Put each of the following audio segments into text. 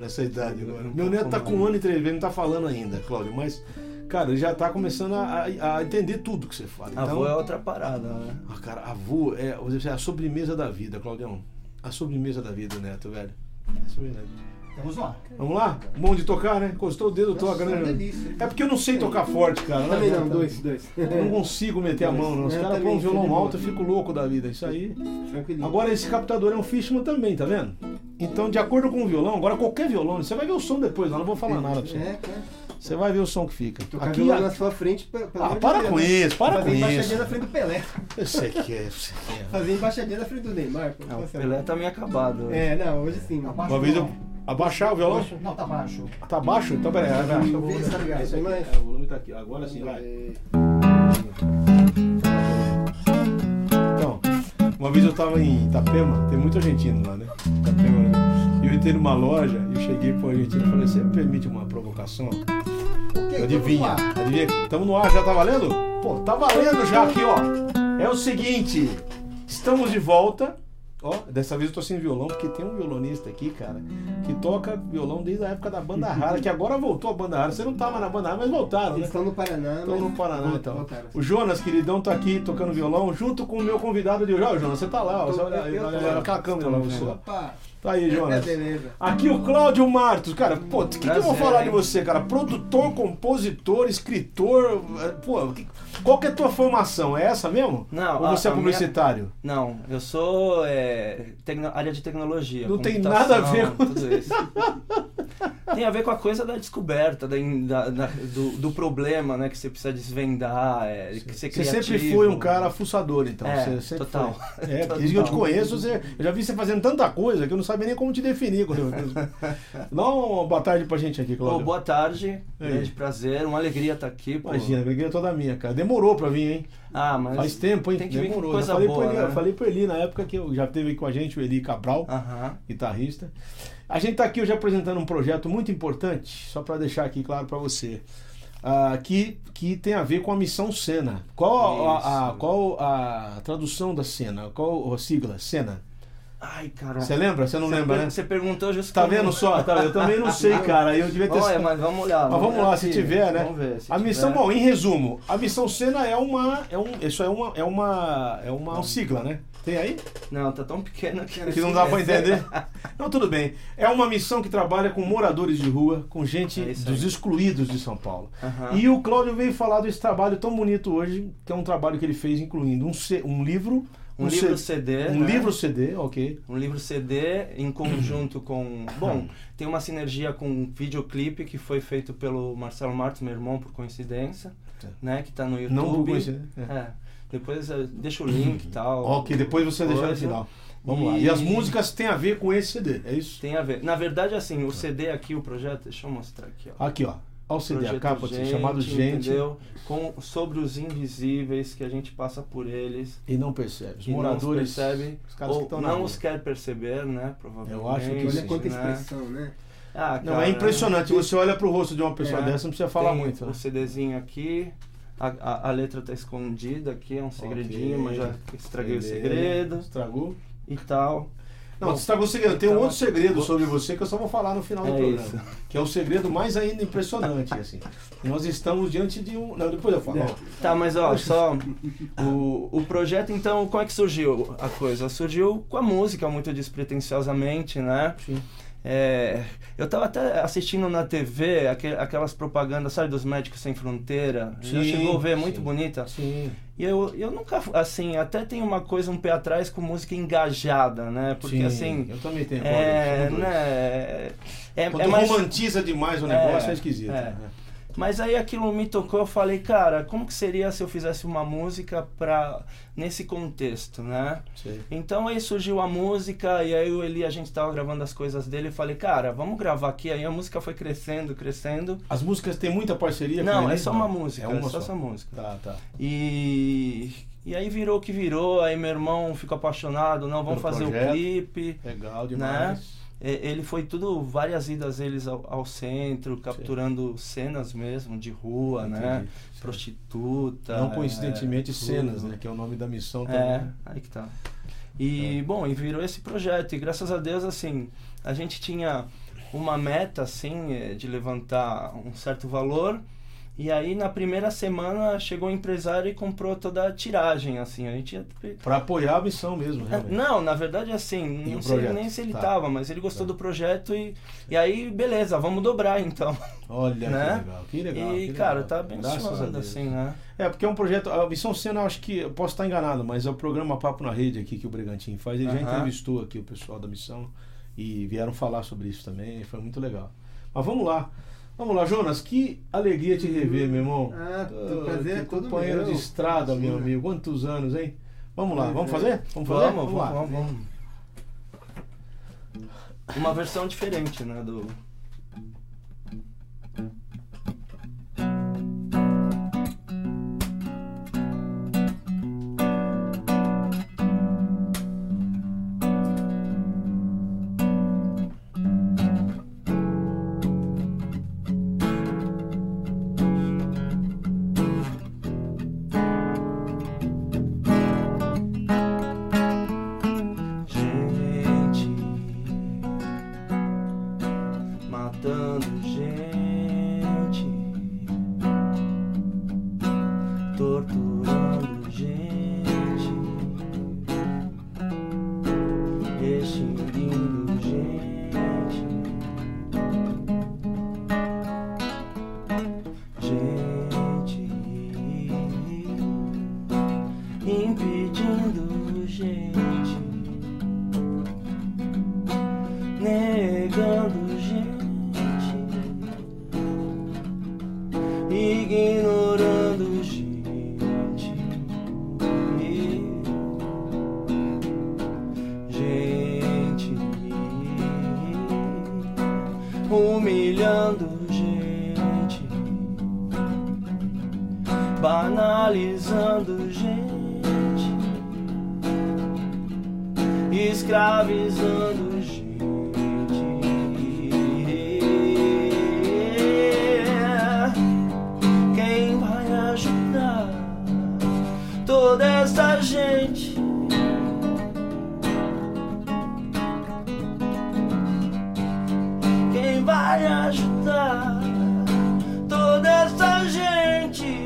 nessa idade agora. Meu neto tá com 1 ano e 3 meses, não tá falando ainda, Cláudio, mas, cara, ele já tá começando a entender tudo que você fala. Então, avô é outra parada, né? Cara, avô é a sobremesa da vida, Claudião. A sobremesa da vida, Neto, velho. É verdade. Vamos lá. Vamos lá? Bom de tocar, né? Encostou o dedo, toca, né? É porque eu não sei tocar forte, cara. Também não, dois. Eu não consigo meter a mão, não. Os caras põem um violão alto, eu fico louco da vida. Isso aí. Agora esse captador é um Fishman também, tá vendo? Então, de acordo com o violão, agora qualquer violão, você vai ver o som depois, não vou falar nada pra você. Você vai ver o som que fica. Tocar violão na sua frente, para com isso, para com isso. Fazer embaixadinha na frente do Pelé. Você quer. Fazer embaixadinha na frente do Neymar. Não, o Pelé tá meio acabado. Não, hoje sim. Uma vez eu... Abaixar o violão? Não, tá baixo. Tá baixo? Então peraí, acho que eu vou... O volume tá aqui, agora sim, vai. Então, uma vez eu tava em Itapema, tem muito argentino lá, né? Itapema, né? E eu entrei numa loja e eu cheguei pro argentino e falei, você me permite uma provocação? Adivinha? Estamos no ar, já tá valendo? Pô, tá valendo já aqui, ó. É o seguinte, estamos de volta. Ó, dessa vez eu tô sem violão, porque tem um violonista aqui, cara, que toca violão desde a época da Banda Rara, que agora voltou a Banda Rara. Você não tava na Banda Rara, mas voltaram, né? Eles estão no Paraná. Estão no Paraná, então. Voltaram. O Jonas, queridão, tá aqui tocando violão, junto com o meu convidado de hoje. Ó, Jonas, você tá lá, ó. Você olha aquela câmera lá, você. Opa! Tá aí, Jonas. Beleza. Aqui o Cláudio Martos, cara, pô, o que eu vou falar de você, cara? Produtor, compositor, escritor, pô, qual que é a tua formação? É essa mesmo? Não. Ou você é publicitário? Não, eu sou área de tecnologia. Não tem nada a ver com tudo isso. Tem a ver com a coisa da descoberta, do problema, né, que você precisa desvendar, ser criativo. Você sempre foi um cara fuçador, então. Você sempre total. Foi. Desde que eu te conheço, eu já vi você fazendo tanta coisa que eu não sabia nem como te definir. Dá uma boa tarde pra gente aqui, Cláudio. Boa tarde, grande prazer, uma alegria estar aqui. Pô. Imagina, a alegria é toda minha, cara. Demorou pra vir, hein? Mas faz tempo, hein? Tem que vir Demorou. coisa falei boa, né? Eu falei pro Eli na época que já esteve com a gente, o Eli Cabral, guitarrista. A gente tá aqui hoje apresentando um projeto muito importante, só para deixar aqui claro para você, que tem a ver com a Missão Sena. Qual a tradução da Sena? Qual a sigla? Sena? Ai, cara. Você lembra? Você não lembra, né? Você perguntou justamente. Tá vendo só? Eu também não sei, cara. Eu devia ter... Olha, mas vamos olhar. Mas vamos lá, se tiver, né? Vamos ver. A missão, bom, em resumo, a Missão Sena é uma sigla, né? Tem aí? Não, tá tão pequeno que não dá pra entender. Não, tudo bem. É uma missão que trabalha com moradores de rua, com gente dos excluídos de São Paulo. E o Cláudio veio falar desse trabalho tão bonito hoje, que é um trabalho que ele fez incluindo um livro. Um livro CD. Um livro CD, ok. Um livro CD em conjunto com... Bom, tem uma sinergia com um videoclipe que foi feito pelo Marcelo Martos, meu irmão, por coincidência, né? Que tá no YouTube. Não por coincidência. Depois deixa o link e tal. Ok, depois você deixa no final. Vamos lá. E as músicas têm a ver com esse CD, é isso? Tem a ver. Na verdade, assim, o CD aqui, o projeto... Deixa eu mostrar aqui, ó. Aqui, ó. Olha o CD, a capa chamado Gente. Entendeu? Sobre os invisíveis que a gente passa por eles. E não percebe. Os moradores. Não percebe, os caras ou que estão não os quer perceber, né? Provavelmente. Eu acho que olha quanta expressão, né? Não, é impressionante. Você olha pro rosto de uma pessoa dessa, não precisa falar muito. O CDzinho aqui. A letra tá escondida aqui, é um segredinho, mas já estraguei o segredo. Estragou? E tal. Não, você estragou o segredo. Tem um outro segredo sobre você que eu só vou falar no final do programa. Isso. Que é o segredo mais ainda impressionante, assim. Nós estamos diante de um... Não, depois eu falo. Tá, mas ó, só... O projeto, então, como é que surgiu a coisa? Surgiu com a música, muito despretensiosamente, né? Sim. Eu tava até assistindo na TV aquelas propagandas, sabe, dos Médicos Sem Fronteira. Já chegou a ver, muito bonita. Sim. E eu nunca, assim, até tenho uma coisa, um pé atrás com música engajada, né? Porque, assim... eu também tenho. Quando mais... romantiza demais o negócio, é esquisito. Né? Mas aí aquilo me tocou, eu falei, cara, como que seria se eu fizesse uma música nesse contexto, né? Sim. Então aí surgiu a música, e aí o Eli, a gente tava gravando as coisas dele, e falei, cara, vamos gravar aqui. Aí a música foi crescendo. As músicas têm muita parceria? Não, é só uma música, é só essa música. Tá. E aí virou o que virou, aí meu irmão ficou apaixonado, vamos fazer o clipe. Legal demais. Né? Ele foi várias idas eles ao centro, capturando cenas mesmo de rua, né? Prostituta. Não coincidentemente cenas, né? Que é o nome da missão também. Aí que tá. E, bom, e virou esse projeto. E graças a Deus, assim, a gente tinha uma meta, assim, de levantar um certo valor. E aí, na primeira semana, chegou o empresário e comprou toda a tiragem, assim. A gente ia... Pra apoiar a missão mesmo, realmente. Não, na verdade, assim, não sei nem se ele tava, mas ele gostou do projeto e aí, beleza, vamos dobrar, então. Olha, né? que legal. E, cara, tá abençoando, assim, né? Porque é um projeto, a Missão Sena, acho que, eu posso estar enganado, mas é o programa Papo na Rede aqui que o Brigantino faz. Ele já entrevistou aqui o pessoal da missão e vieram falar sobre isso também, foi muito legal. Mas vamos lá, Jonas, que alegria te rever, meu irmão. Prazer é todo companheiro meu. de estrada, meu amigo. Quantos anos, hein? Vamos lá, vamos fazer? Vamos fazer? Vamos lá. Uma versão diferente, né, do... torturando gente, extinguindo gente, impedindo gente, negando gente, ignorando gente, humilhando gente, banalizando gente, escravizando gente. Quem vai ajudar toda essa gente? Quem vai ajudar toda essa gente?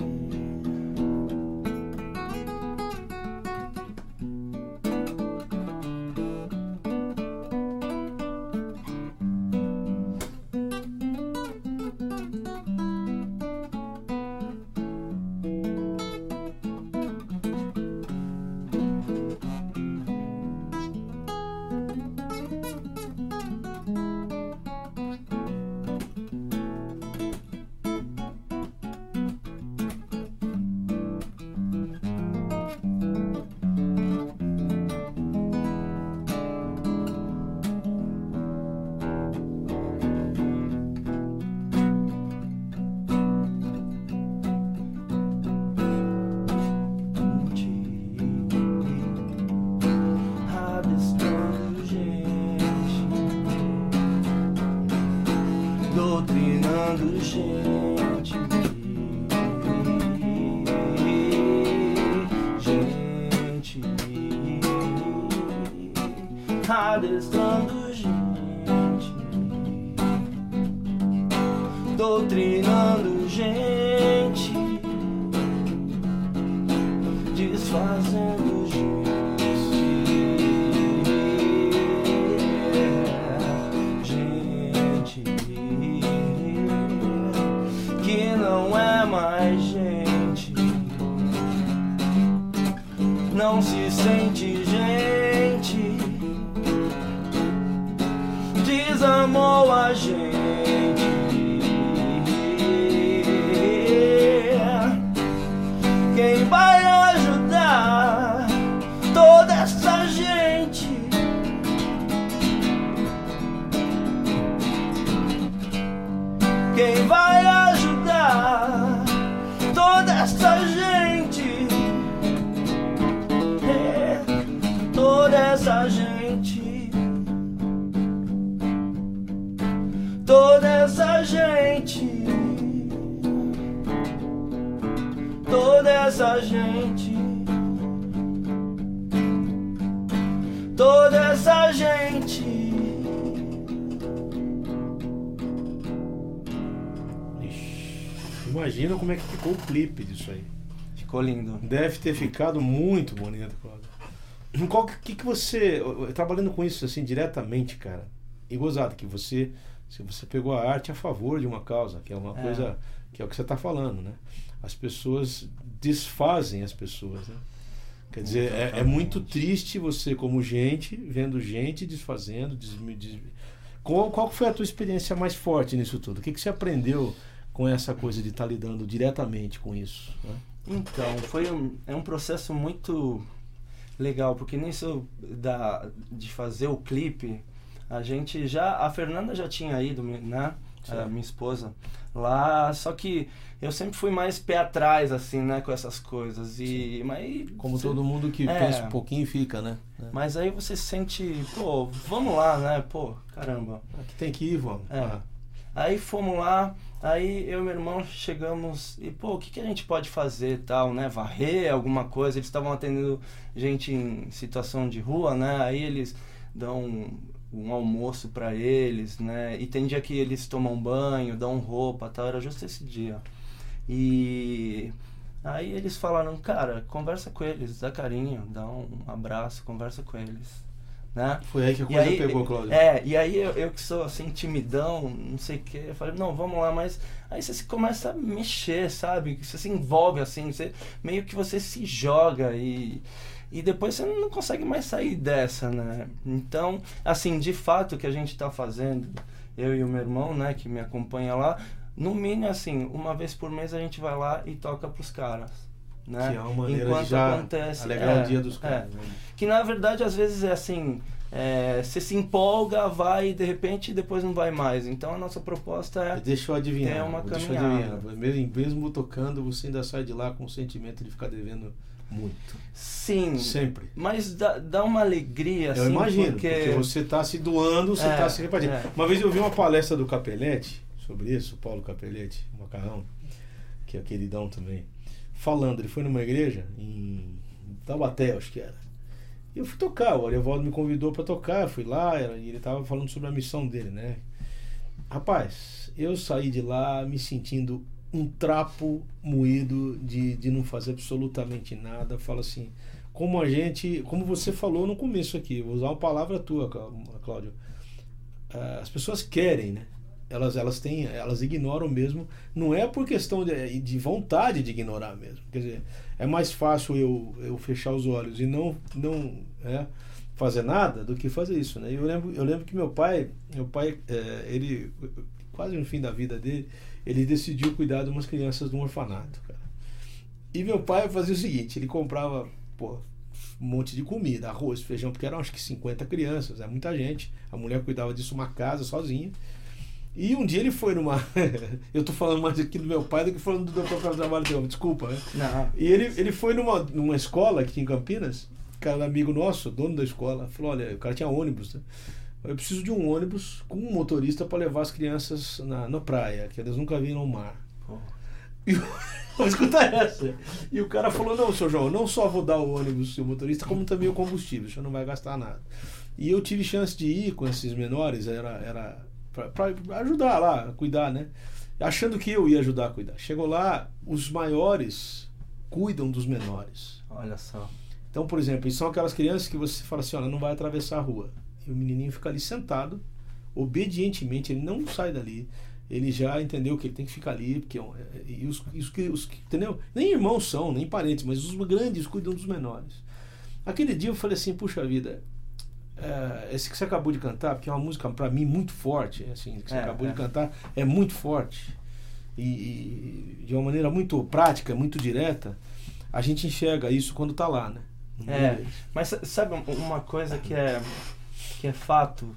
Doutrinando gente, adestrando gente, doutrinando gente, desfazendo gente. Que não é mais gente, não se sente gente, desamou a gente. Quem vai ajudar toda essa gente? Quem vai ajudar toda essa gente? Toda essa gente, toda essa gente, toda essa gente, toda essa gente, Imagina como é que ficou o clipe disso aí. Ficou lindo. Deve ter ficado muito bonito, Cláudio. Qual que você, trabalhando com isso assim diretamente, cara, e gozado que você, se você pegou a arte a favor de uma causa, que é uma coisa, que é o que você está falando, né? As pessoas desfazem as pessoas, né? Quer dizer, é muito triste você como gente, vendo gente desfazendo, Qual foi a tua experiência mais forte nisso tudo? O que você aprendeu com essa coisa de estar lidando diretamente com isso, né? Então, é um processo muito legal, porque nisso de fazer o clipe, a Fernanda já tinha ido, né? A minha esposa lá, só que eu sempre fui mais pé atrás, assim, né, com essas coisas. Como todo mundo que pensa um pouquinho fica, né? Mas aí você se sente, pô, vamos lá, né? Pô, caramba. Aqui tem que ir, vamos. Aí fomos lá, aí eu e meu irmão chegamos e, pô, o que a gente pode fazer tal, né? Varrer alguma coisa. Eles estavam atendendo gente em situação de rua, né? Aí eles dão um almoço para eles, né? E tem dia que eles tomam banho, dão roupa, tal. Era justo esse dia. E aí eles falaram, cara, conversa com eles, dá carinho, dá um abraço, conversa com eles, né? Foi aí que a coisa pegou, Cláudio. E aí eu que sou assim, timidão, não sei o que, eu falei, não, vamos lá, mas aí você começa a mexer, sabe? Você se envolve assim, meio que você se joga e depois você não consegue mais sair dessa, né? Então, assim, de fato, o que a gente tá fazendo, eu e o meu irmão, né, que me acompanha lá, no mínimo, assim, uma vez por mês a gente vai lá e toca pros caras, né? Que é uma maneira enquanto de já acontece, alegrar o dia dos caras. Né? Que na verdade, às vezes é assim, você se empolga, vai e de repente depois não vai mais. Então a nossa proposta é deixa eu adivinhar, ter uma caminhada. Mesmo tocando, você ainda sai de lá com o sentimento de ficar devendo muito. Sim. Sempre. Mas dá uma alegria, assim. Eu imagino, porque você está se doando, você está se repartindo. Uma vez eu vi uma palestra do Capelletti sobre isso, Paulo Capelletti, o Macarrão, que é queridão também, falando, ele foi numa igreja em Taubaté, acho que era. E eu fui tocar, o Ariovaldo me convidou para tocar, fui lá, e ele estava falando sobre a missão dele, né? Rapaz, eu saí de lá me sentindo um trapo moído de não fazer absolutamente nada. Fala assim, como você falou no começo aqui, vou usar uma palavra tua, Cláudio, as pessoas querem, né? Elas ignoram mesmo, não é por questão de vontade de ignorar mesmo, quer dizer, é mais fácil eu fechar os olhos e não fazer nada do que fazer isso, né? Eu lembro que meu pai, ele quase no fim da vida dele, ele decidiu cuidar de umas crianças de um orfanato, cara. E meu pai fazia o seguinte, ele comprava um monte de comida, arroz, feijão, porque eram acho que 50 crianças, é muita gente, a mulher cuidava disso uma casa sozinha. E um dia ele foi numa... eu tô falando mais aqui do meu pai do que falando do Dr. Trabalho dele, desculpa, né? Não. E ele foi numa escola aqui em Campinas, que era um amigo nosso, dono da escola, falou, olha, o cara tinha ônibus, né? Eu preciso de um ônibus com um motorista para levar as crianças na praia, que eles nunca viram o mar. Vou escutar essa. E o cara falou, não, seu João, não só vou dar o ônibus seu motorista, como também o combustível, você não vai gastar nada. E eu tive chance de ir com esses menores, era para ajudar lá, a cuidar, né? Achando que eu ia ajudar a cuidar. Chegou lá, os maiores cuidam dos menores. Olha só. Então, por exemplo, são aquelas crianças que você fala assim, olha, não vai atravessar a rua. E o menininho fica ali sentado, obedientemente, ele não sai dali. Ele já entendeu que ele tem que ficar ali, porque entendeu? Nem irmãos são, nem parentes, mas os grandes cuidam dos menores. Aquele dia eu falei assim, puxa vida, esse que você acabou de cantar, porque é uma música para mim muito forte, assim, que você acabou de cantar, é muito forte e de uma maneira muito prática, muito direta, a gente enxerga isso quando tá lá, né? Mas sabe uma coisa que é fato,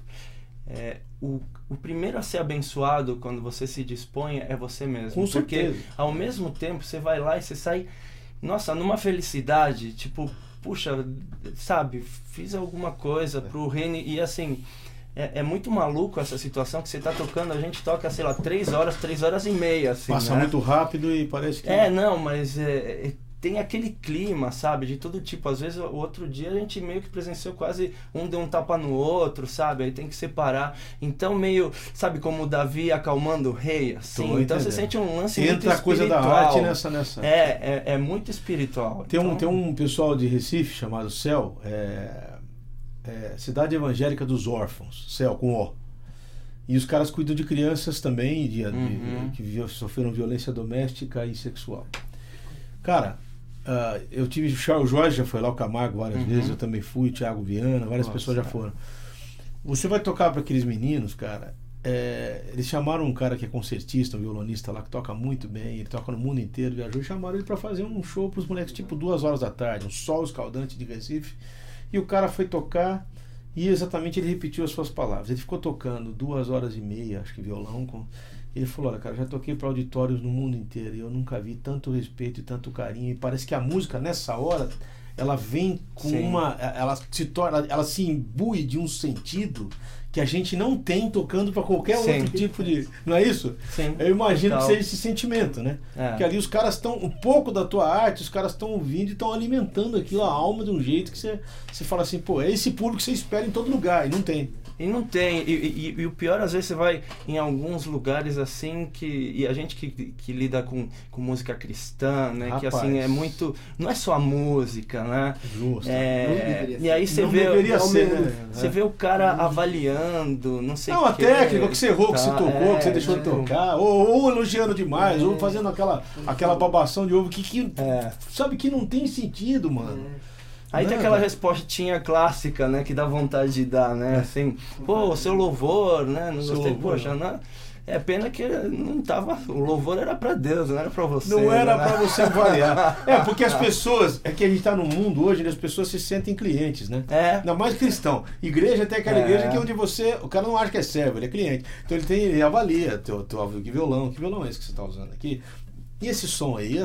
o primeiro a ser abençoado quando você se dispõe é você mesmo. Com certeza. Porque ao mesmo tempo você vai lá e você sai, nossa, numa felicidade, tipo, puxa, sabe, fiz alguma coisa pro reino. E assim, é muito maluco essa situação que você tá tocando, a gente toca, sei lá, 3 horas e meia, assim, passa, né? Muito rápido e parece que... não, mas tem aquele clima, sabe, de todo tipo. Às vezes, o outro dia a gente meio que presenciou quase um deu um tapa no outro, sabe, aí tem que separar. Então, meio, sabe, como o Davi acalmando o rei, assim. Então, você sente um lance muito espiritual. Entra a coisa da arte nessa... É muito espiritual. Tem um pessoal de Recife chamado CEL, Cidade Evangélica dos Órfãos, CEL, com O. E os caras cuidam de crianças também que sofreram violência doméstica e sexual. Cara, eu tive... O Jorge já foi lá, o Camargo várias vezes, eu também fui, o Thiago Viana, várias pessoas já foram. Você vai tocar para aqueles meninos, cara, eles chamaram um cara que é concertista, um violonista lá, que toca muito bem, ele toca no mundo inteiro, viajou, e chamaram ele para fazer um show pros moleques, tipo 2 horas da tarde, um sol escaldante de Recife, e o cara foi tocar, e exatamente ele repetiu as suas palavras. Ele ficou tocando 2 horas e meia, acho que violão. Ele falou, olha, cara, já toquei para auditórios no mundo inteiro e eu nunca vi tanto respeito e tanto carinho. E parece que a música, nessa hora, ela vem com ela se imbui de um sentido que a gente não tem tocando para qualquer outro tipo de... Não é isso? Sim. Eu imagino que seja esse sentimento, né? Que ali os caras estão... Um pouco da tua arte, os caras estão ouvindo e estão alimentando aquilo, a alma de um jeito que você fala assim, pô, é esse público que você espera em todo lugar, e não tem. E não tem, e o pior, às vezes você vai em alguns lugares assim e a gente que lida com música cristã, né? Rapaz. Que assim é muito, não é só a música, né? Justo. E aí você vê o cara avaliando, não sei o que. A técnica que você errou, que você tocou, que você deixou de tocar, ou elogiando demais, ou fazendo aquela babação de ovo que sabe que não tem sentido, mano. Aí tem aquela respostinha clássica, né, que dá vontade de dar, né, assim, pô, o seu louvor, né, não gostei, poxa, não, é pena que não tava, o louvor era pra Deus, não era pra você. Não era pra você avaliar. Porque as pessoas, que a gente tá no mundo hoje, as pessoas se sentem clientes, né? Ainda mais cristão. Igreja tem aquela igreja que onde o cara não acha que é servo, ele é cliente. Então ele avalia, que violão é esse que você tá usando aqui? E esse som aí,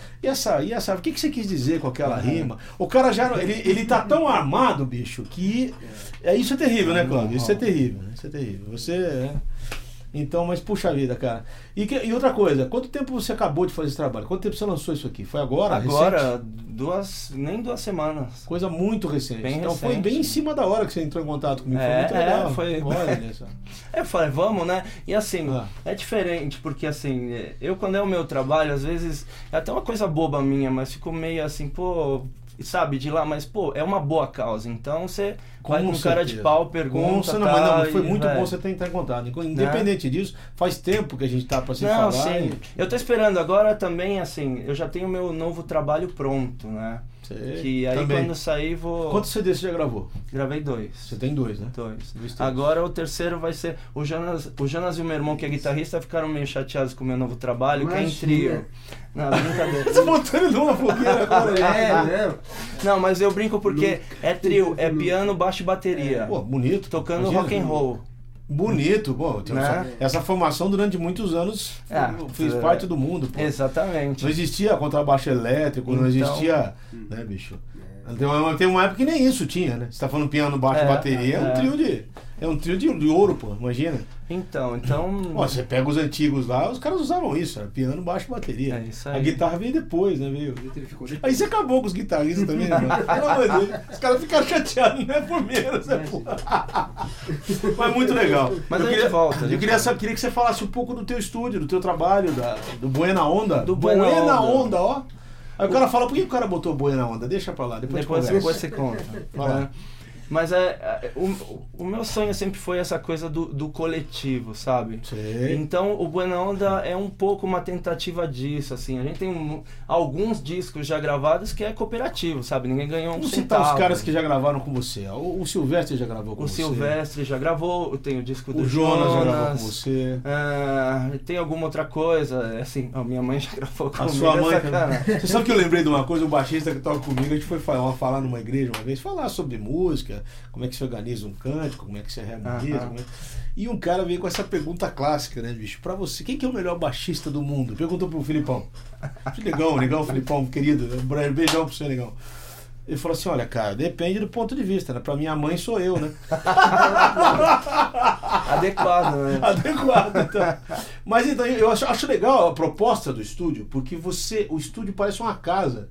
o que você quis dizer com aquela rima? O cara já, ele tá tão armado, bicho, que isso é terrível, né, Cláudio? Isso é terrível, né? Isso é terrível. Então, mas puxa vida, cara. E outra coisa, quanto tempo você acabou de fazer esse trabalho? Quanto tempo você lançou isso aqui? Foi agora? Agora, nem 2 semanas. Coisa muito recente. Então foi bem em cima da hora que você entrou em contato comigo. Foi muito legal. Eu falei, vamos, né? E assim, é diferente, porque assim, eu quando é o meu trabalho, às vezes, é até uma coisa boba minha, mas fico meio assim, pô, sabe, de lá, mas pô, é uma boa causa, então você vai com cara de pau, pergunta, mas foi muito bom você ter entrado em contato. Independente disso, faz tempo que a gente tá pra se falar. Sim. Eu tô esperando agora também, assim, eu já tenho meu novo trabalho pronto, né? Que aí também. Quando sair vou... Quantos CDs você já gravou? Gravei 2. Você tem 2, né? 2. Agora o terceiro vai ser... O Jonas e o meu irmão, que é guitarrista, ficaram meio chateados com o meu novo trabalho, que é em trio. Não, brincadeira. Você botou ele numa fogueira agora. Não, mas eu brinco porque é trio, é piano, baixo e bateria. Pô, bonito. Tocando rock and roll. Bonito, pô. Essa formação durante muitos anos fez parte do mundo, pô. Exatamente. Não existia contrabaixo elétrico, não existia, né, bicho? Tem uma época que nem isso tinha, né? Você tá falando piano, baixo e bateria, é um trio de ouro, pô, imagina. Então... Ó, você pega os antigos lá, os caras usavam isso, era piano, baixo e bateria. É isso aí. A guitarra veio depois, né, veio? Aí você acabou com os guitarristas também, né, mano? Pelo amor de Deus, os caras ficaram chateados, não é por menos, né, pô? Mas muito legal. Mas a gente volta. Eu queria que você falasse um pouco do teu estúdio, do teu trabalho, do Buena Onda. Do Buena Onda, ó. Aí o cara fala, por que o cara botou Buena Onda? Deixa pra lá, depois você conta. Mas o meu sonho sempre foi essa coisa do coletivo, sabe? Sim. Então o Buena Onda é um pouco uma tentativa disso, assim. A gente tem alguns discos já gravados que é cooperativo, sabe? Ninguém ganhou um centavo. Citar os caras que já gravaram com você. O Silvestre já gravou com você. O Silvestre já gravou, tem o disco do Jonas já gravou com você. Tem alguma outra coisa, assim, a minha mãe já gravou comigo. A sua mãe, você sabe que eu lembrei de uma coisa, o baixista que toca comigo, a gente foi falar numa igreja uma vez, falar sobre música, como é que se organiza um cântico, como é que se reharmoniza. E um cara veio com essa pergunta clássica, né, bicho? Pra você, quem que é o melhor baixista do mundo? Perguntou pro Filipão. Negão, Filipão, querido. Beijão pro seu Negão. Ele falou assim, olha, cara, depende do ponto de vista, né? Pra minha mãe sou eu, né? Adequado, né? Adequado, então. Mas então, eu acho legal a proposta do estúdio, porque o estúdio parece uma casa.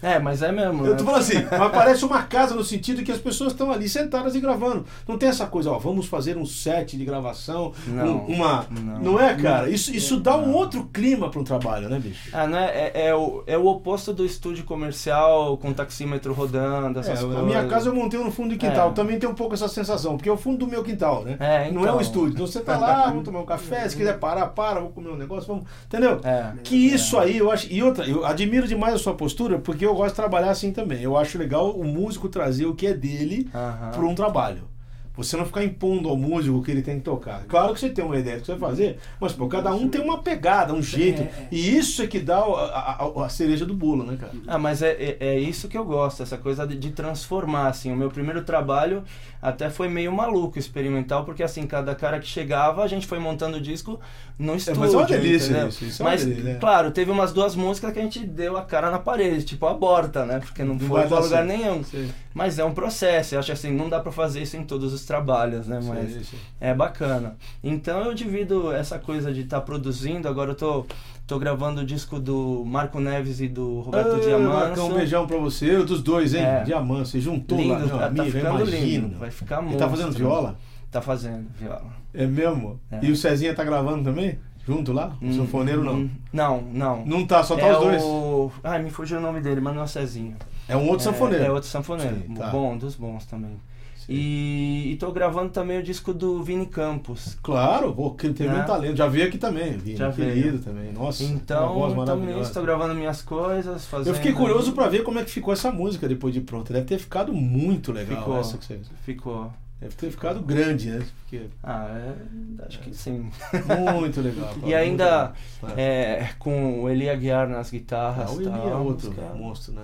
Mas é mesmo. Eu tô falando assim, mas parece uma casa no sentido que as pessoas estão ali sentadas e gravando. Não tem essa coisa, vamos fazer um set de gravação, não é, cara? Isso dá um outro clima para um trabalho, né, bicho? Não é o oposto do estúdio comercial com taxímetro rodando, essas coisas. A minha casa eu montei no fundo do quintal, também tem um pouco essa sensação, porque é o fundo do meu quintal, né? Então. Não é um estúdio. Então você tá lá, vamos tomar um café, se quiser parar, vou comer um negócio, vamos. Entendeu? Que isso aí, eu acho. E outra, eu admiro demais a sua postura, porque eu gosto de trabalhar assim também. Eu acho legal o músico trazer o que é dele para um trabalho. Você não ficar impondo ao músico o que ele tem que tocar. Claro que você tem uma ideia do que você vai fazer, mas cada um tem uma pegada, um jeito. E isso é que dá a cereja do bolo, né, cara? Mas é isso que eu gosto, essa coisa de transformar, assim. O meu primeiro trabalho até foi meio maluco, experimental, porque assim, cada cara que chegava, a gente foi montando o disco no estúdio. Mas é uma delícia isso. Mas, claro, teve umas 2 músicas que a gente deu a cara na parede, tipo a Borta, né? Porque não foi pra lugar nenhum. Sim. Mas é um processo, eu acho assim, não dá pra fazer isso em todos os trabalhos, né? Mas é bacana. Então eu divido essa coisa de estar produzindo, agora eu tô gravando o disco do Marco Neves e do Roberto Diamanso. Marcão, um beijão pra você, dos dois, hein? Diamanso, você juntou lindo, lá, meu amigo, tá ficando imagino. Lindo, vai ficar muito. Ele tá fazendo viola? Tá fazendo viola. É mesmo? E o Cezinha tá gravando também? Junto lá? O sanfoneiro não? Não. Não tá, só tá os dois? Me fugiu o nome dele, mas não é o Cezinha. É um outro sanfoneiro? É outro sanfoneiro. Sim, tá. Bom, dos bons também. E tô gravando também o disco do Vini Campos. Claro, que tem muito talento. Já veio aqui também, Vini, já querido veio. Também. Nossa, então, uma voz maravilhosa. Estou gravando minhas coisas, fazendo... Eu fiquei curioso pra ver como é que ficou essa música depois de pronta. Deve ter ficado muito legal. Ficou, essa que você... ficou. Deve ter ficado grande, né? Porque... acho que sim. Muito legal. E ainda com o Eli Aguiar nas guitarras. O Eli é outro monstro, né?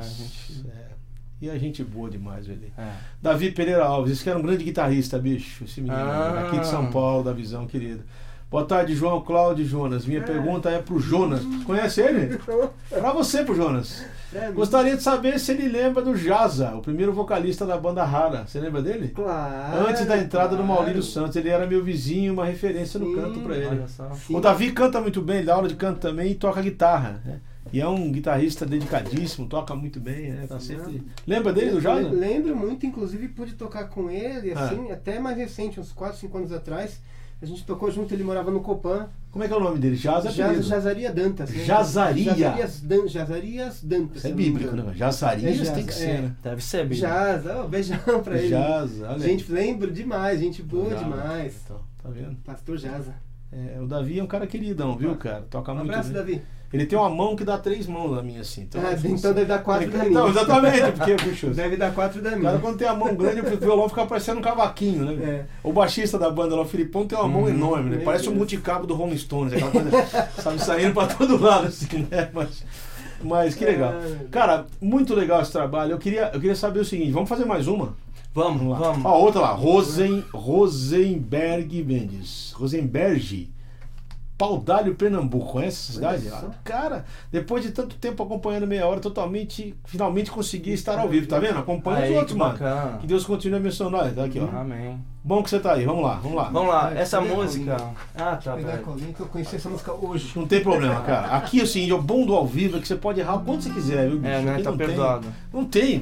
E a gente boa demais, Eli. Davi Pereira Alves, esse que era um grande guitarrista, bicho. Esse menino aqui de São Paulo, da Visão, querido. Boa tarde, João Cláudio Jonas. Minha pergunta é pro Jonas. Conhece ele? Pra você, pro Jonas. Gostaria de saber se ele lembra do Jaza, o primeiro vocalista da banda Rara. Você lembra dele? Claro. Antes da entrada do Maurílio Santos. Ele era meu vizinho, uma referência no canto pra ele. O Davi canta muito bem, ele dá aula de canto também e toca guitarra, né? E é um guitarrista dedicadíssimo, toca muito bem, né? Tá sempre... Lembra dele, do Jaza? Lembro muito, inclusive pude tocar com ele, assim, até mais recente, uns 4, 5 anos atrás. A gente tocou junto, ele morava no Copan. Como é que é o nome dele? Jazaria Dantas. Né? Jazarias Dantas. Isso é bíblico, né? Jazarias tem que ser, né? Deve ser bíblico. Jaza, beijão pra ele. Jaza, olha aí. Gente, lembro demais, gente boa demais. Então, tá vendo? Pastor Jaza. O Davi é um cara queridão, viu, cara? Toca muito bem. Um abraço, Davi. Ele tem uma mão que dá 3 mãos na minha, assim. Então deve dar 4 da minha. Não, exatamente, porque, puxa, deve dar 4 da minha. Cara, quando tem a mão grande, o violão fica parecendo um cavaquinho, né? O baixista da banda lá, o Filipão, tem uma mão enorme, né? Parece um multicabo do Rolling Stones, aquela coisa, sabe, saindo pra todo lado, assim, né? Mas que legal. Cara, muito legal esse trabalho. Eu queria saber o seguinte, vamos fazer mais uma? Vamos lá. Ó, outra lá, Rosenberg Mendes. Rosenberg. Paudalho, Pernambuco, conhece essa cidade? Cara, depois de tanto tempo acompanhando Meia Hora, finalmente consegui estar ao vivo, tá vendo? Acompanha os outros, mano. Que Deus continue abençoando. Tá aqui, ó. Amém. Bom que você tá aí, vamos lá. Essa música... tá, que eu conheci essa música hoje. Não tem problema, cara. Aqui, assim, o bom do ao vivo é que você pode errar o quanto você quiser, viu, bicho? Né? Tá perdoado. Não tem.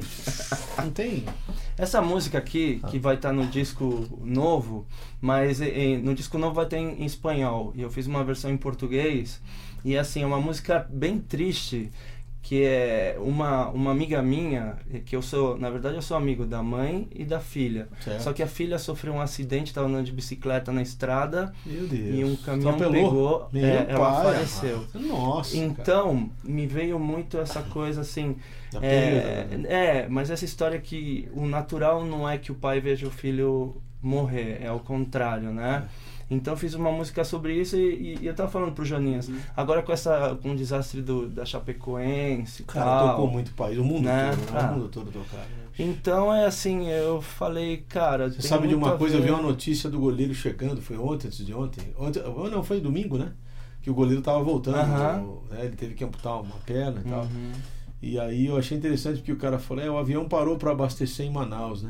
Essa música aqui, que vai estar no disco novo, mas no disco novo vai ter em espanhol. E eu fiz uma versão em português. E assim, é uma música bem triste, que é uma amiga minha, que na verdade eu sou amigo da mãe e da filha. Certo. Só que a filha sofreu um acidente, estava andando de bicicleta na estrada. Meu Deus. E um caminhão pegou, ela faleceu. Nossa. Então, me veio muito essa coisa assim... mas essa história que o natural não é que o pai veja o filho morrer, é o contrário, né? Então eu fiz uma música sobre isso e eu tava falando pro Joninhas, agora com o desastre da Chapecoense, cara, tocou muito país, o mundo todo, o mundo todo tocaram. Então é assim, eu falei, cara, você sabe de uma coisa, eu vi uma notícia do goleiro chegando, foi antes de ontem, não, foi domingo, né? Que o goleiro tava voltando, ele teve que amputar uma perna e tal. E aí eu achei interessante porque o cara falou, o avião parou para abastecer em Manaus, né?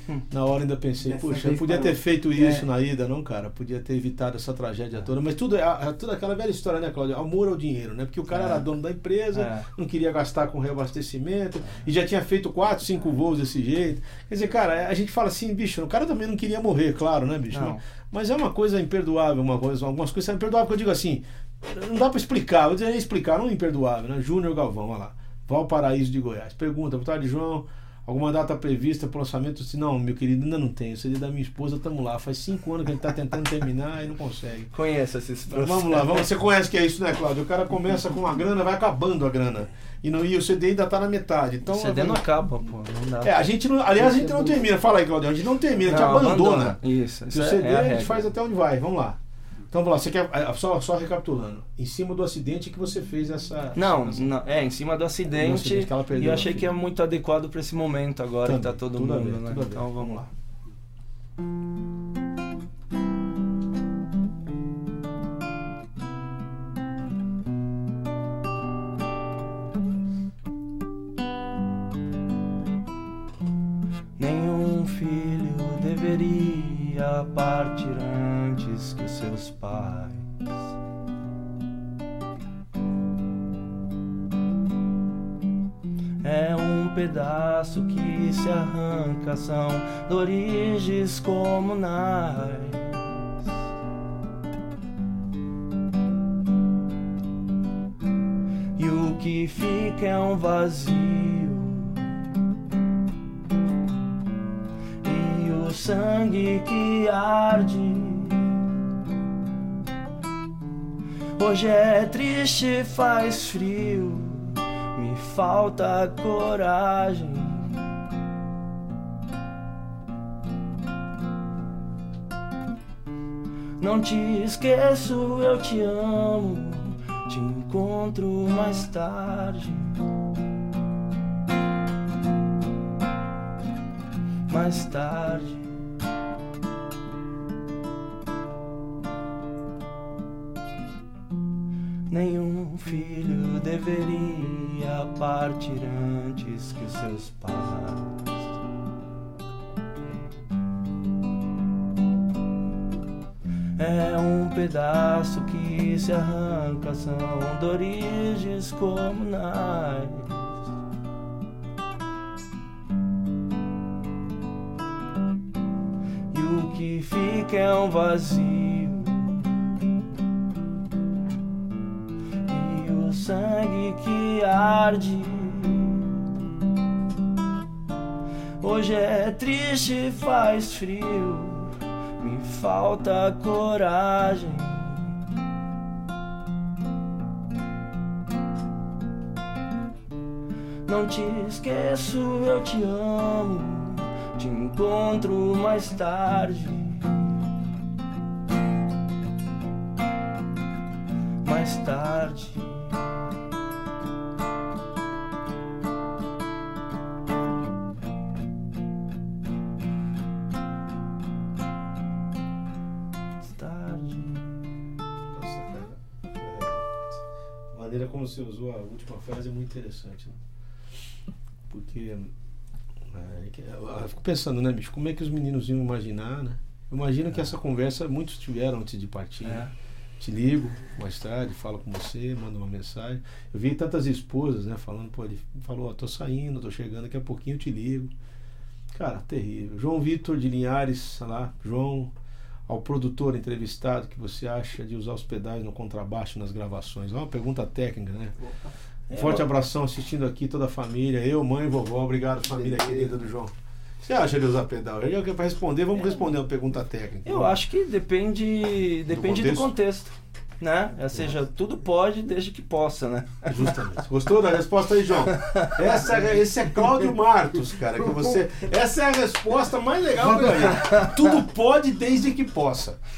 Na hora ainda pensei, puxa, eu podia ter feito isso na ida, não, cara? Podia ter evitado essa tragédia toda. Mas tudo aquela velha história, né, Cláudio? Amor ao dinheiro, né? Porque o cara era dono da empresa, não queria gastar com reabastecimento, e já tinha feito 4, 5 voos desse jeito. Quer dizer, cara, a gente fala assim, bicho, o cara também não queria morrer, claro, né, bicho? Mas é uma coisa imperdoável, algumas coisas são imperdoáveis, que eu digo assim, não dá pra explicar, vou dizer explicar, não imperdoável, né? Júnior Galvão, olha lá, Valparaíso de Goiás. Pergunta, boa tarde, João. Alguma data prevista para o lançamento? Não, meu querido, ainda não tenho. Seria da minha esposa, estamos lá. Faz 5 anos que a gente está tentando terminar e não consegue. Conheço esses processos. Vamos lá, você conhece que é isso, né, Cláudio? O cara começa com a grana, vai acabando a grana. E o CD ainda está na metade. Então, o CD não acaba, pô, não dá. A gente não, aliás, a gente não termina. Fala aí, Cláudio, a gente não termina, a gente abandona. Isso. E o CD a gente faz até onde vai. Vamos lá. Então, vamos lá, você quer, só recapitulando, em cima do acidente que você fez essa... Não, em cima do acidente, e eu achei que é muito adequado para esse momento agora, também, que tá todo mundo, né? Então vamos lá. Nenhum filho deveria partir antes que seus pais. É um pedaço que se arranca, são dores comunais. E o que fica é um vazio, e o sangue que arde. Hoje é triste, faz frio, me falta coragem. Não te esqueço, eu te amo, te encontro mais tarde. Mais tarde. Nenhum filho deveria partir antes que os seus pais. É um pedaço que se arranca, são dores descomunais. E o que fica é um vazio, sangue que arde. Hoje é triste, faz frio, me falta coragem. Não te esqueço, eu te amo, te encontro mais tarde. Mais tarde. Como você usou a última frase é muito interessante, né? Porque eu fico pensando, né, bicho, como é que os meninos iam imaginar, né? Eu imagino que essa conversa muitos tiveram antes de partir. Te ligo mais tarde, falo com você, mando uma mensagem. Eu vi tantas esposas, né, falando, pô, ele falou, tô saindo, tô chegando, daqui a pouquinho eu te ligo. Cara, terrível. João Vitor de Linhares, lá, João, ao produtor entrevistado, que você acha de usar os pedais no contrabaixo nas gravações? É uma pergunta técnica, né? Um forte abração assistindo aqui toda a família, eu, mãe e vovó, obrigado família querida do João. O que você acha de usar pedal? Para responder, vamos responder uma pergunta técnica. Eu acho que depende do contexto, né? Ou seja, tudo pode desde que possa, né? Justamente. Gostou da resposta aí, João? Esse é Cláudio Martos, cara. Essa é a resposta mais legal que eu vi. Tudo pode desde que possa.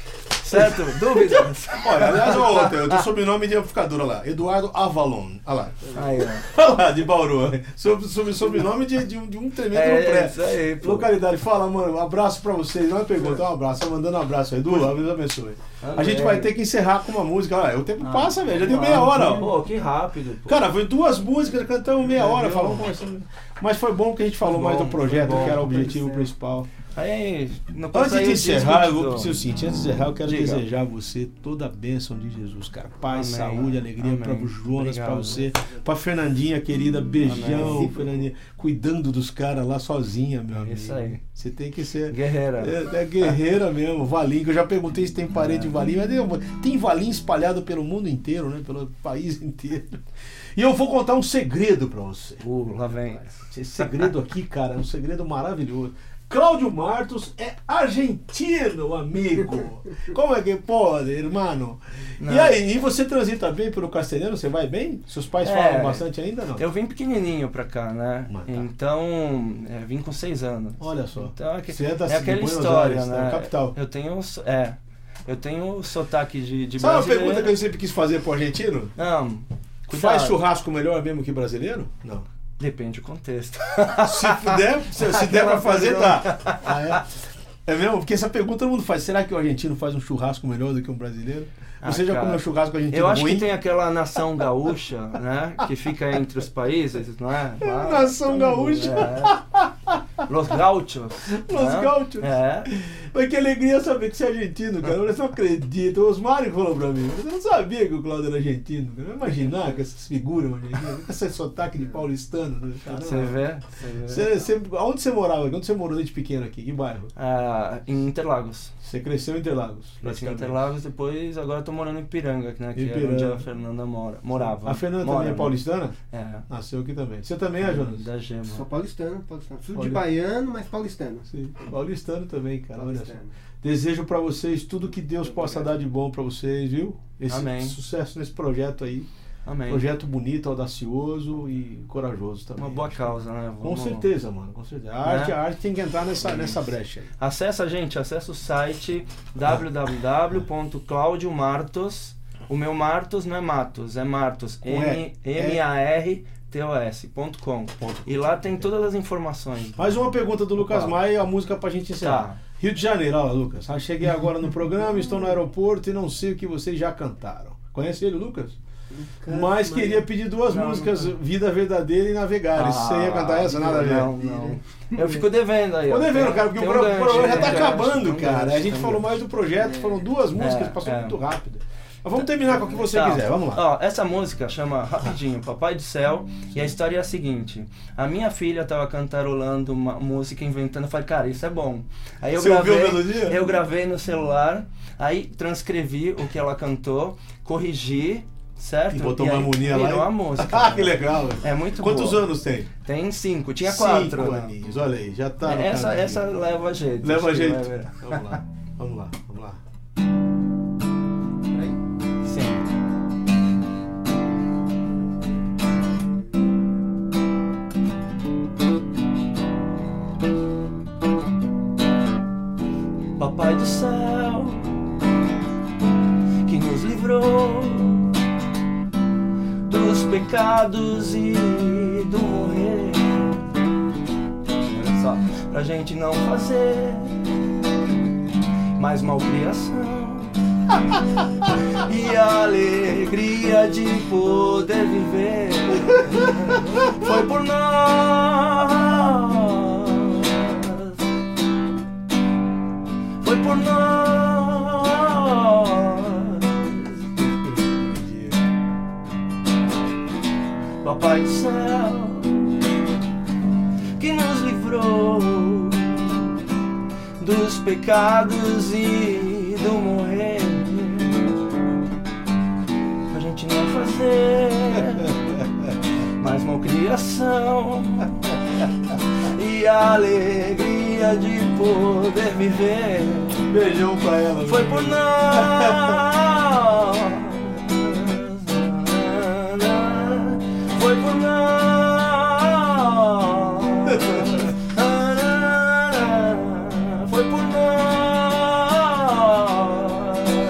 Certo? Dúvidas? Olha, aliás, eu tenho sobrenome de amplificadora lá. Eduardo Avalon. Olha lá. Aí, ó. Olha lá, de Bauru. Sobrenome de um tremendo pré. Isso aí, pô. Localidade. Fala, mano, um abraço pra vocês. Não é pergunta, é um abraço. Tá mandando um abraço aí. Edu, Deus abençoe. A gente vai ter que encerrar com uma música. Olha, o tempo passa, velho. Já deu meia hora, ó. Pô, que rápido. Pô. Cara, foi 2 músicas, cantamos meia hora, falamos conversando. Mas foi bom que a gente falou mais do projeto, que era o objetivo principal. Aí, antes de encerrar, eu vou dizer o seguinte, antes de encerrar, eu quero desejar a você toda a bênção de Jesus, cara. Paz, saúde, alegria para o Jonas, para você, para Fernandinha, querida, beijão, Fernandinha, cuidando dos caras lá sozinha, meu amigo. Isso aí. Você tem que ser... Guerreira. É guerreira mesmo, Valim, que eu já perguntei se tem parente de Valim, mas tem Valim espalhado pelo mundo inteiro, né, pelo país inteiro. E eu vou contar um segredo para você. Lá vem. Esse segredo aqui, cara, é um segredo maravilhoso. Cláudio Martos é argentino, amigo. Como é que pode, irmão? E aí, e você transita bem pelo castelhano? Você vai bem? Seus pais falam bastante ainda, não? Eu vim pequenininho pra cá, né? Então, vim com 6 anos. Olha só. Então, você é da aquela Buenos história, Aires, né? Capital. Eu tenho sotaque de Sabe brasileiro. uma pergunta que eu sempre quis fazer pro argentino? Não, cuidado. Faz churrasco melhor mesmo que brasileiro? Não. Depende do contexto. Se der pra fazer, tá. É mesmo? Porque essa pergunta todo mundo faz. Será que o argentino faz um churrasco melhor do que um brasileiro? Você já comeu churrasco argentino Eu acho ruim? que tem aquela nação gaúcha, né? Que fica entre os países, não é? Nação gaúcha. Los Gauchos. Los Gauchos. É. Mas que alegria saber que você é argentino, cara. Eu não acredito. O Osmário falou pra mim. Eu não sabia que o Cláudio era argentino. Eu não imaginar que essas figuras argentinas, com esse sotaque de paulistano. Você vê? Onde você morava? Onde você morou desde pequeno aqui? Que bairro? Em Interlagos. Você cresceu em Interlagos? Cresci em Interlagos, depois agora tô morando em Ipiranga, né? Que é onde a Fernanda morava. A Fernanda também é paulistana? É. Nasceu aqui também. Você também é, Jonas? Da Gema. Sou paulistano. Filho de baiano, mas paulistano. Sim, paulistano também, cara. Olha só. Desejo pra vocês tudo que Deus possa dar de bom pra vocês, viu? Esse sucesso nesse projeto aí. Amém. Projeto bonito, audacioso e corajoso também. Uma boa causa, né? Com certeza, mano, com certeza. A arte tem que entrar nessa brecha aí. Acessa o site www.claudiomartos. O meu Martos não é Matos, é Martos, martos.com. E lá tem todas as informações. Mais uma pergunta do Lucas Maia e a música pra gente encerrar. Tá. Rio de Janeiro, olha Lucas. Cheguei agora no programa, estou no aeroporto e não sei o que vocês já cantaram. Conhece ele, Lucas? Mas queria pedir 2 músicas, Vida Verdadeira e Navegar. Você ia cantar essa? Nada a ver. Não. Eu fico devendo aí. Tô devendo, cara, porque o programa já tá acabando, cara. A gente falou mais do projeto, foram 2 músicas, passou muito rápido. Mas vamos terminar com o que você quiser, vamos lá. Essa música chama rapidinho Papai do Céu, e a história é a seguinte: a minha filha tava cantarolando uma música, inventando, eu falei, cara, isso é bom. Aí eu gravei no celular, aí transcrevi o que ela cantou, corrigi, certo? E botou uma harmonia lá. Virou a música. Ah, que legal. É muito Quantos boa. anos tem? Tem 5, tinha 4. 5 aninhos, olha aí, já tá. Essa leva jeito. Leva jeito. Vamos lá. Sim. Papai do céu, que nos livrou dos pecados e do morrer, olha só, pra gente não fazer mais malcriação. E a alegria de poder viver foi por nós, foi por nós. Papai do céu, que nos livrou dos pecados e do morrer, pra gente não fazer mais malcriação. E a alegria de poder viver, beijão pra ela. Foi por nós, foi por nós. Foi por nós,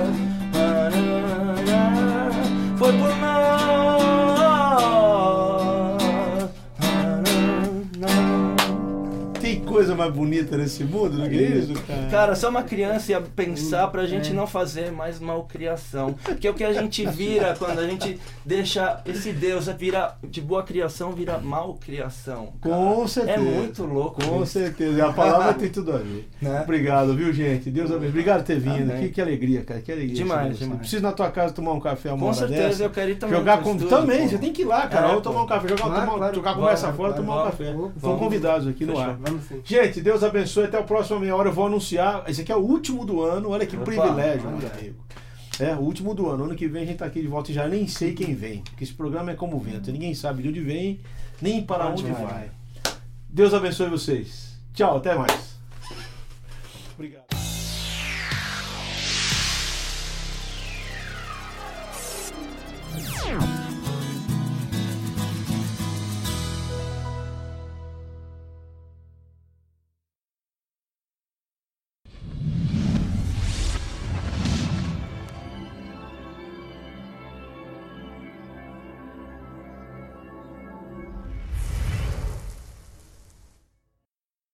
mais bonita nesse mundo, não é isso, cara? Cara, só uma criança ia pensar pra gente não fazer mais malcriação. Que é o que a gente vira quando a gente deixa esse Deus vira de boa criação, vira malcriação. Com certeza. É muito louco. Com isso. certeza. E a palavra tem tudo a ver. Né? Obrigado, viu, gente? Deus abençoe. Obrigado por ter vindo. Amém. Que alegria, cara. Que alegria. Demais, demais. Preciso ir na tua casa tomar um café uma Com hora certeza, dessa. eu quero ir também. Jogar pro com... estúdio, Também, pô. você tem que ir lá, cara. Vamos tomar um café, jogar conversa fora, tomar um café. Fomos convidados aqui no ar. Vamos sim. Gente, Deus abençoe. Até a próxima meia hora eu vou anunciar. Esse aqui é o último do ano. Olha que privilégio, meu amigo. É, o último do ano. Ano que vem a gente tá aqui de volta e já nem sei quem vem. Porque esse programa é como o vento. Ninguém sabe de onde vem, nem para onde vai. Deus abençoe vocês. Tchau, até mais.